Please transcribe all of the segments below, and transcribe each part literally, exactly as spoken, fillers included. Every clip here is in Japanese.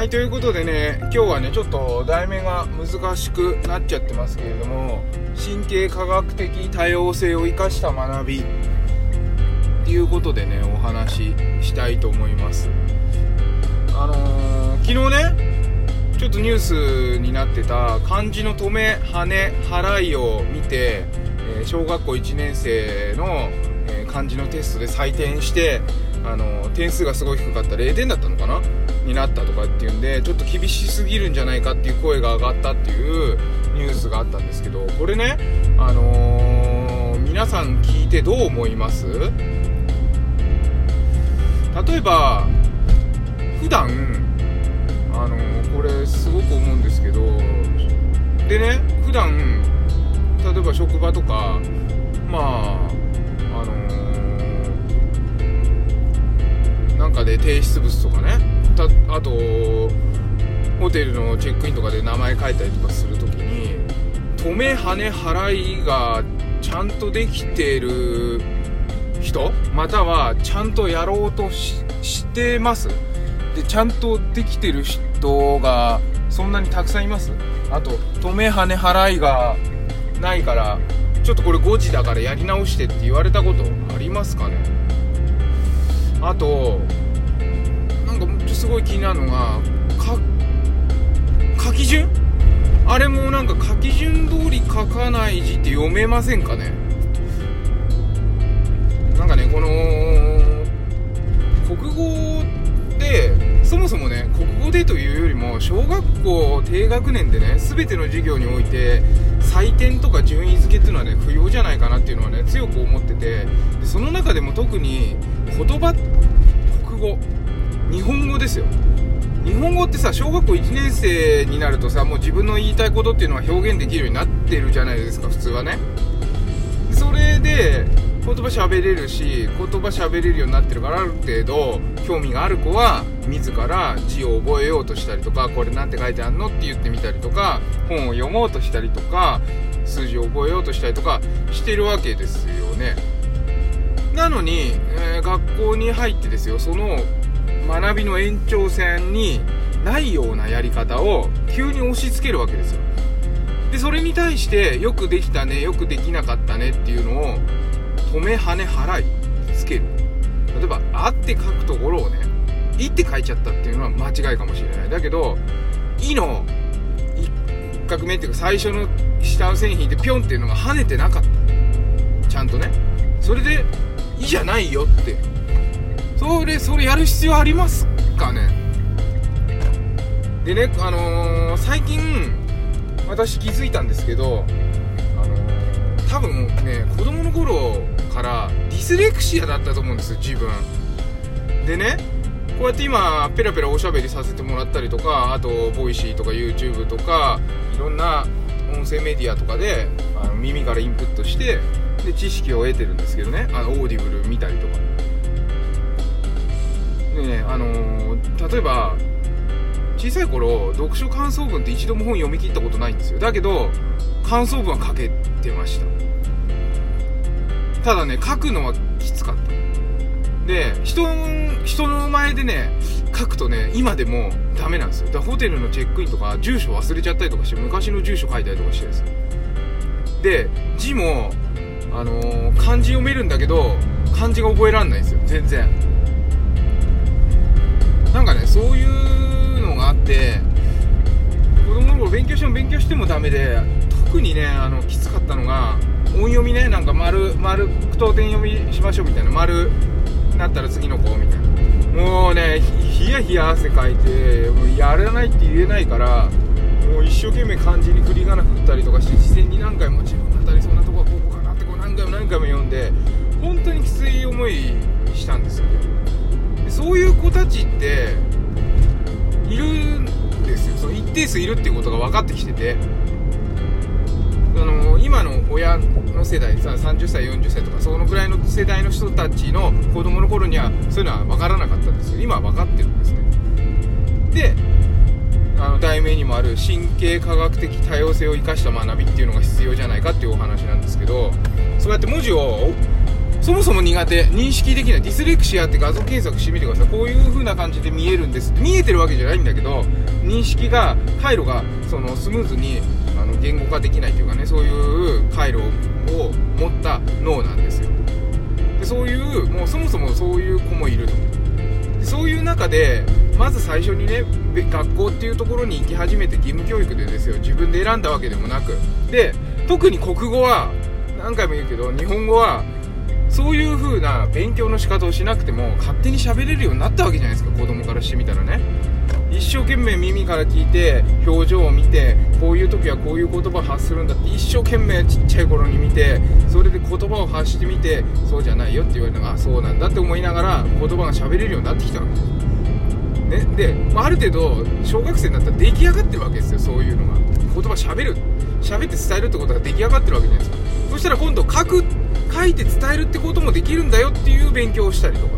はい、ということでね、今日はねちょっと題名が難しくなっちゃってますけれども、神経科学的多様性を生かした学びっていうことでねお話ししたいと思います。あのー、昨日ねちょっとニュースになってた漢字の止め、はね、払いを見て、えー、小学校いちねん生の、えー、漢字のテストで採点して、あのー、点数がすごい低かった、れいてんだったのかなになったとかっていうんで、ちょっと厳しすぎるんじゃないかっていう声が上がったっていうニュースがあったんですけど、これね、あのー、皆さん聞いてどう思います？例えば普段あのー、これすごく思うんですけど、でね、普段例えば職場とか、まああのー、なんかで提出物とかね、たあとホテルのチェックインとかで名前書いたりとかするときに、止め、はね、払いがちゃんとできてる人、またはちゃんとやろうと し, してますでちゃんとできてる人がそんなにたくさんいます？あと止め、はね、払いがないからちょっとこれ誤字だからやり直してって言われたことありますかね？あとなんかすごい気になるのがか書き順、あれもなんか書き順通り書かない字って読めませんかね？なんかね、この国語でそもそもね、国語でというよりも小学校低学年でね、全ての授業において採点とか順位付けっていうのはね不要じゃないかなっていうのはね強く思ってて、でその中でも特に言葉、国語、日本語ですよ。日本語ってさ、小学校いちねん生になるとさ、もう自分の言いたいことっていうのは表現できるようになってるじゃないですか、普通はね。それで言葉喋れるし、言葉喋れるようになってるから、ある程度興味がある子は自ら字を覚えようとしたりとか、これなんて書いてあんのって言ってみたりとか、本を読もうとしたりとか、数字を覚えようとしたりとかしてるわけですよね。なのに、えー、学校に入ってですよ、その学びの延長線にないようなやり方を急に押し付けるわけですよ。でそれに対してよくできたね、よくできなかったねっていうのを止め、はね、払いつける。例えばあって書くところをね、いって書いちゃったっていうのは間違いかもしれない。だけどいの一画目っていうか最初の下の線引いてピョンっていうのが跳ねてなかった、ちゃんとね。それでいいじゃないよって、それそれやる必要ありますかね？でね、あのー、最近私気づいたんですけど、あのー、多分ね、子供の頃からディスレクシアだったと思うんですよ、自分でね。こうやって今ペラペラおしゃべりさせてもらったりとか、あとボイシーとか YouTube とかいろんな音声メディアとかであの耳からインプットしてで知識を得てるんですけどね、あのオーディブル見たりとかでね、あのー、例えば小さい頃読書感想文って一度も本読み切ったことないんですよ。だけど感想文は書けてました。ただね、書くのはきつかった。で 人, 人の前でね書くとね、今でもダメなんですよ。だからホテルのチェックインとか住所忘れちゃったりとかして、昔の住所書いたりとかしてです。で字も、あのー、漢字読めるんだけど漢字が覚えらんないんですよ、全然。なんかね、そういうのがあって、子供の頃勉強しても勉強してもダメで、特にね、あのきつかったのが音読みね。なんか丸丸句読点読みしましょうみたいな、丸なったら次の子みたいな。もうね、ひやひや汗かいて、もうやらないって言えないから、もう一生懸命漢字に振り仮名振ったりとかして、事前に何回も自分の当たりそうなとこはここかなってこう何回も何回も読んで、本当にきつい思いしたんですよね。そういう子たちっているんですよ。その一定数いるっていうことが分かってきてて、あの今の親の世代さ、さんじゅっさいよんじゅっさいとかそのくらいの世代の人たちの子供の頃にはそういうのは分からなかったんですよ。今は分かってるんですね。で、あの題名にもある神経科学的多様性を生かした学びっていうのが必要じゃないかっていうお話なんですけど、そうやって文字をそもそも苦手、認識できない、ディスレクシアって画像検索してみてください。こういう風な感じで見えるんです。見えてるわけじゃないんだけど、認識が回路がそのスムーズにあの言語化できないというかね、そういう回路を持った脳なんですよ。でそういうもうそもそもそういう子もいると。でそういう中でまず最初にね、学校っていうところに行き始めて、義務教育でですよ、自分で選んだわけでもなく、で特に国語は何回も言うけど、日本語はそういう風な勉強の仕方をしなくても勝手に喋れるようになったわけじゃないですか、子供からしてみたらね。一生懸命耳から聞いて、表情を見て、こういう時はこういう言葉を発するんだって一生懸命ちっちゃい頃に見て、それで言葉を発してみて、そうじゃないよって言われたら、あ、そうなんだって思いながら言葉が喋れるようになってきたわけです、ね、で、まあ、ある程度小学生になったら出来上がってるわけですよ。そういうのが言葉喋る喋って伝えるってことが出来上がってるわけじゃないですか。そしたら今度書く書いて伝えるってこともできるんだよっていう勉強をしたりとか、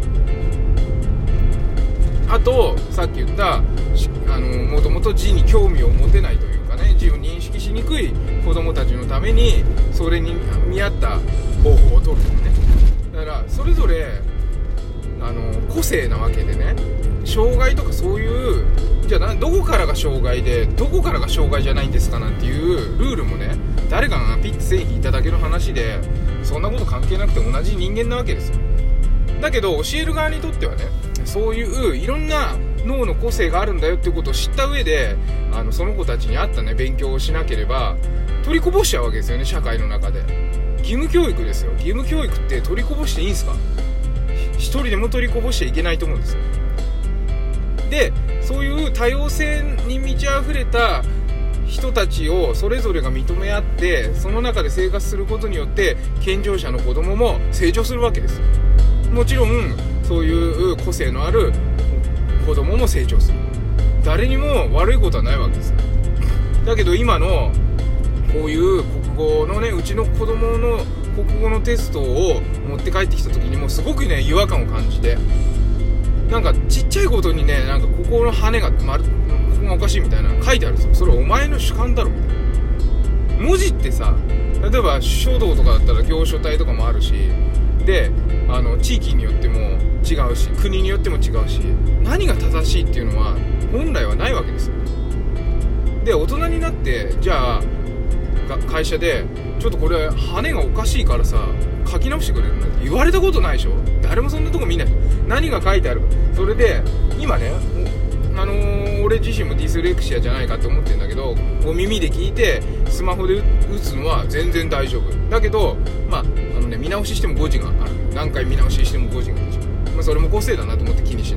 あとさっき言ったあのもともと字に興味を持てないというかね、字を認識しにくい子どもたちのためにそれに見合った方法を取るとかね。だからそれぞれあの個性なわけでね、障害とかそういうじゃあどこからが障害でどこからが障害じゃないんですかなんていうルールもね、誰かがピッて線引いただけの話で、そんなこと関係なくて同じ人間なわけですよ。だけど教える側にとってはね、そういういろんな脳の個性があるんだよっていうことを知った上で、あのその子たちに合ったね勉強をしなければ取りこぼしちゃうわけですよね、社会の中で。義務教育ですよ。義務教育って取りこぼしていいんですか？一人でも取りこぼしちゃいけないと思うんですよ。でそういう多様性に満ち溢れた人たちをそれぞれが認め合って、その中で生活することによって健常者の子供も成長するわけです。もちろんそういう個性のある子供も成長する。誰にも悪いことはないわけです。だけど今のこういう国語のね、うちの子供の国語のテストを持って帰ってきた時にもすごくね違和感を感じて、なんかちっちゃいことにね、なんかここの羽が丸、ここがおかしいみたいなの書いてあるんですよ。それお前の主観だろみたいな。文字ってさ、例えば書道とかだったら行書体とかもあるし、であの地域によっても違うし、国によっても違うし、何が正しいっていうのは本来はないわけですよ。で大人になってじゃあ会社でちょっとこれ羽がおかしいからさ書き直してくれるなんて言われたことないでしょ。誰もそんなとこ見ない。何が書いてあるか。それで今ね、あのー、俺自身もディスレクシアじゃないかって思ってるんだけど、お耳で聞いてスマホで打つのは全然大丈夫だけど、まああのね、見直ししても誤字がある。何回見直ししても誤字がある。まあ、それも個性だなと思って気にしない。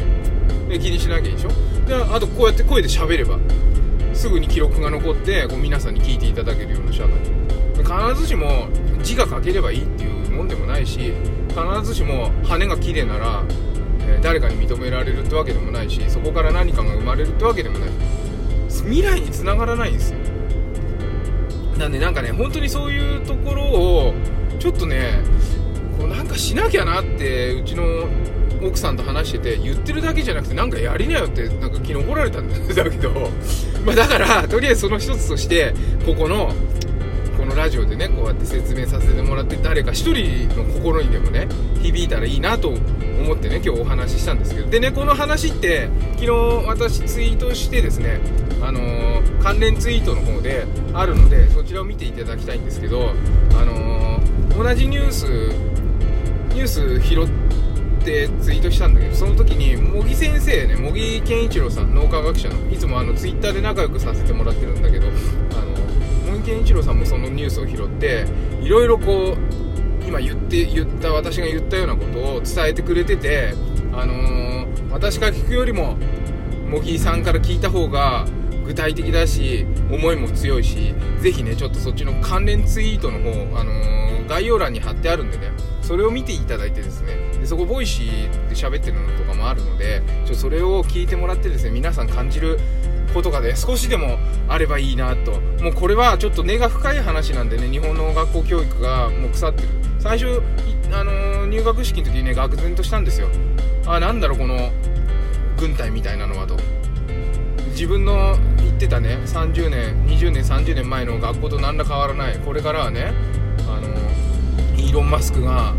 で気にしなきゃいいでしょ。であとこうやって声で喋ればすぐに記録が残ってこう皆さんに聞いていただけるような社会。必ずしも字が書ければいいっていうもんでもないし、必ずしも羽が綺麗なら、えー、誰かに認められるってわけでもないし、そこから何かが生まれるってわけでもない。未来に繋がらないんですよ。なんでなんかね、本当にそういうところをちょっとね、こうなんかしなきゃなってうちの奥さんと話してて、言ってるだけじゃなくてなんかやりなよってなんか昨日怒られたんだけどまあだからとりあえずその一つとしてここのこのラジオでねこうやって説明させてもらって、誰か一人の心にでもね響いたらいいなと思ってね今日お話ししたんですけど、でねこの話って昨日私ツイートしてですね、あのー、関連ツイートの方であるのでそちらを見ていただきたいんですけど、あのー、同じニュースニュース拾ってツイートしたんだけど、その時に茂木先生ね、茂木健一郎さん、脳科学者のいつもあのツイッターで仲良くさせてもらってるんだけど、あの茂木健一郎さんもそのニュースを拾っていろいろこう今言って言った私が言ったようなことを伝えてくれてて、あのー、私から聞くよりも茂木さんから聞いた方が具体的だし思いも強いし、ぜひねちょっとそっちの関連ツイートの方、あのー、概要欄に貼ってあるんでね、それを見ていただいてですね、でそこボイシーで喋ってるのとかもあるので、ちょっとそれを聞いてもらってですね、皆さん感じることがね少しでもあればいいなと。もうこれはちょっと根が深い話なんでね、日本の学校教育がもう腐ってる。最初、あのー、入学式の時にね愕然としたんですよ。あ、なんだろうこの軍隊みたいなのはと。自分の言ってたねさんじゅうねんにじゅうねんさんじゅうねんまえの学校と何ら変わらない。これからはね、あのイーロン・マスクが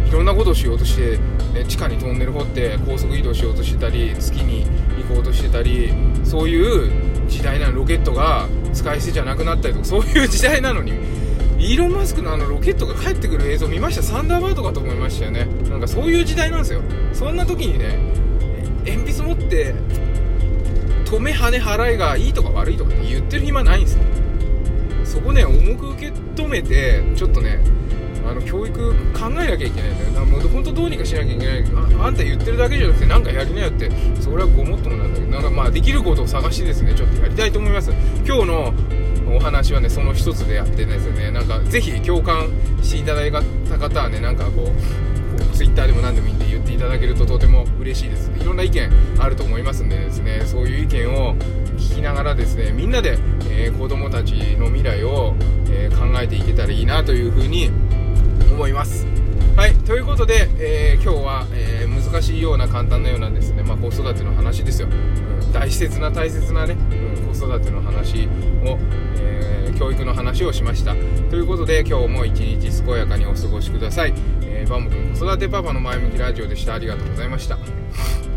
いろんなことをしようとして、ね、地下にトンネル掘って高速移動しようとしてたり、月に行こうとしてたり、そういう時代なの。ロケットが使い捨てじゃなくなったりとか、そういう時代なのに、イーロン・マスクのあのロケットが帰ってくる映像見ました。サンダーバードかと思いましたよね。なんかそういう時代なんですよ。そんな時にね、鉛筆持って止め跳ね払いがいいとか悪いとかって言ってる暇ないんですよ。そこね、重く受け止めて、ちょっとね、あの教育考えなきゃいけないんだよ。だからもう本当どうにかしなきゃいけない。 あ, あんた言ってるだけじゃなくてなんかやりなよって、それはごもっともなんだけど、なんかまあできることを探してですね、ちょっとやりたいと思います。今日のお話はね、その一つであってですね、なんかぜひ共感していただいた方はね、なんかこう、こうツイッターでも何でもいいんで言っていただけるととても嬉しいです。いろんな意見あると思いますんでですね、そういう意見を聞きながらですね、みんなで、えー、子供たちの未来を、えー、考えていけたらいいなというふうに思います。はい、ということで、えー、今日は、えー、難しいような簡単なようなですね、まあ、子育ての話ですよ、うん、大切な大切なね、うん、子育ての話を、えー、教育の話をしました。ということで今日も一日健やかにお過ごしください。えー、バンボ君子育てパパの前向きラジオでした。ありがとうございました。